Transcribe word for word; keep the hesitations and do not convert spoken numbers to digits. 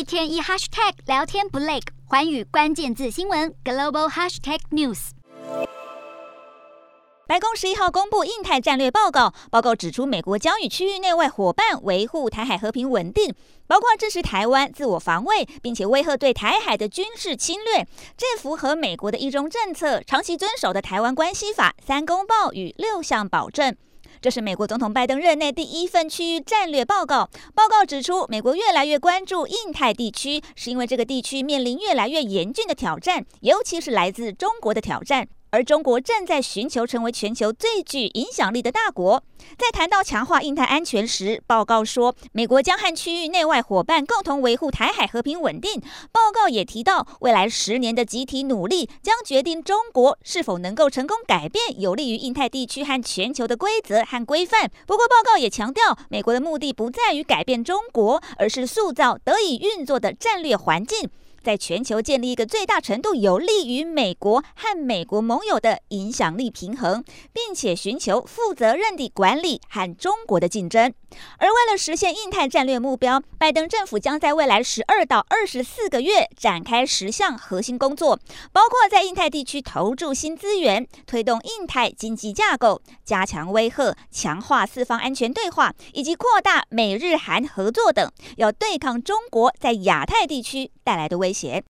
天一 hashtag 聊天不累，寰宇关键字新闻 global hashtag news。 白宫十一号公布印太战略报告，报告指出，美国将与区域内外伙伴维护台海和平稳定，包括支持台湾自我防卫，并且威吓对台海的军事侵略。这符合美国的一中政策，长期遵守的台湾关系法、三公报与六项保证。这是美国总统拜登任内第一份区域战略报告。报告指出，美国越来越关注印太地区，是因为这个地区面临越来越严峻的挑战，尤其是来自中国的挑战。而中国正在寻求成为全球最具影响力的大国。在谈到强化印太安全时，报告说，美国将和区域内外伙伴共同维护台海和平稳定。报告也提到，未来十年的集体努力将决定中国是否能够成功改变有利于印太地区和全球的规则和规范。不过，报告也强调，美国的目的不在于改变中国，而是塑造得以运作的战略环境，在全球建立一个最大程度有利于美国和美国盟友的影响力平衡，并且寻求负责任地管理和中国的竞争。而为了实现印太战略目标，拜登政府将在未来十二到二十四个月展开十项核心工作，包括在印太地区投注新资源，推动印太经济架构，加强威吓，强化四方安全对话，以及扩大美日韩合作等，要对抗中国在亚太地区带来的威胁。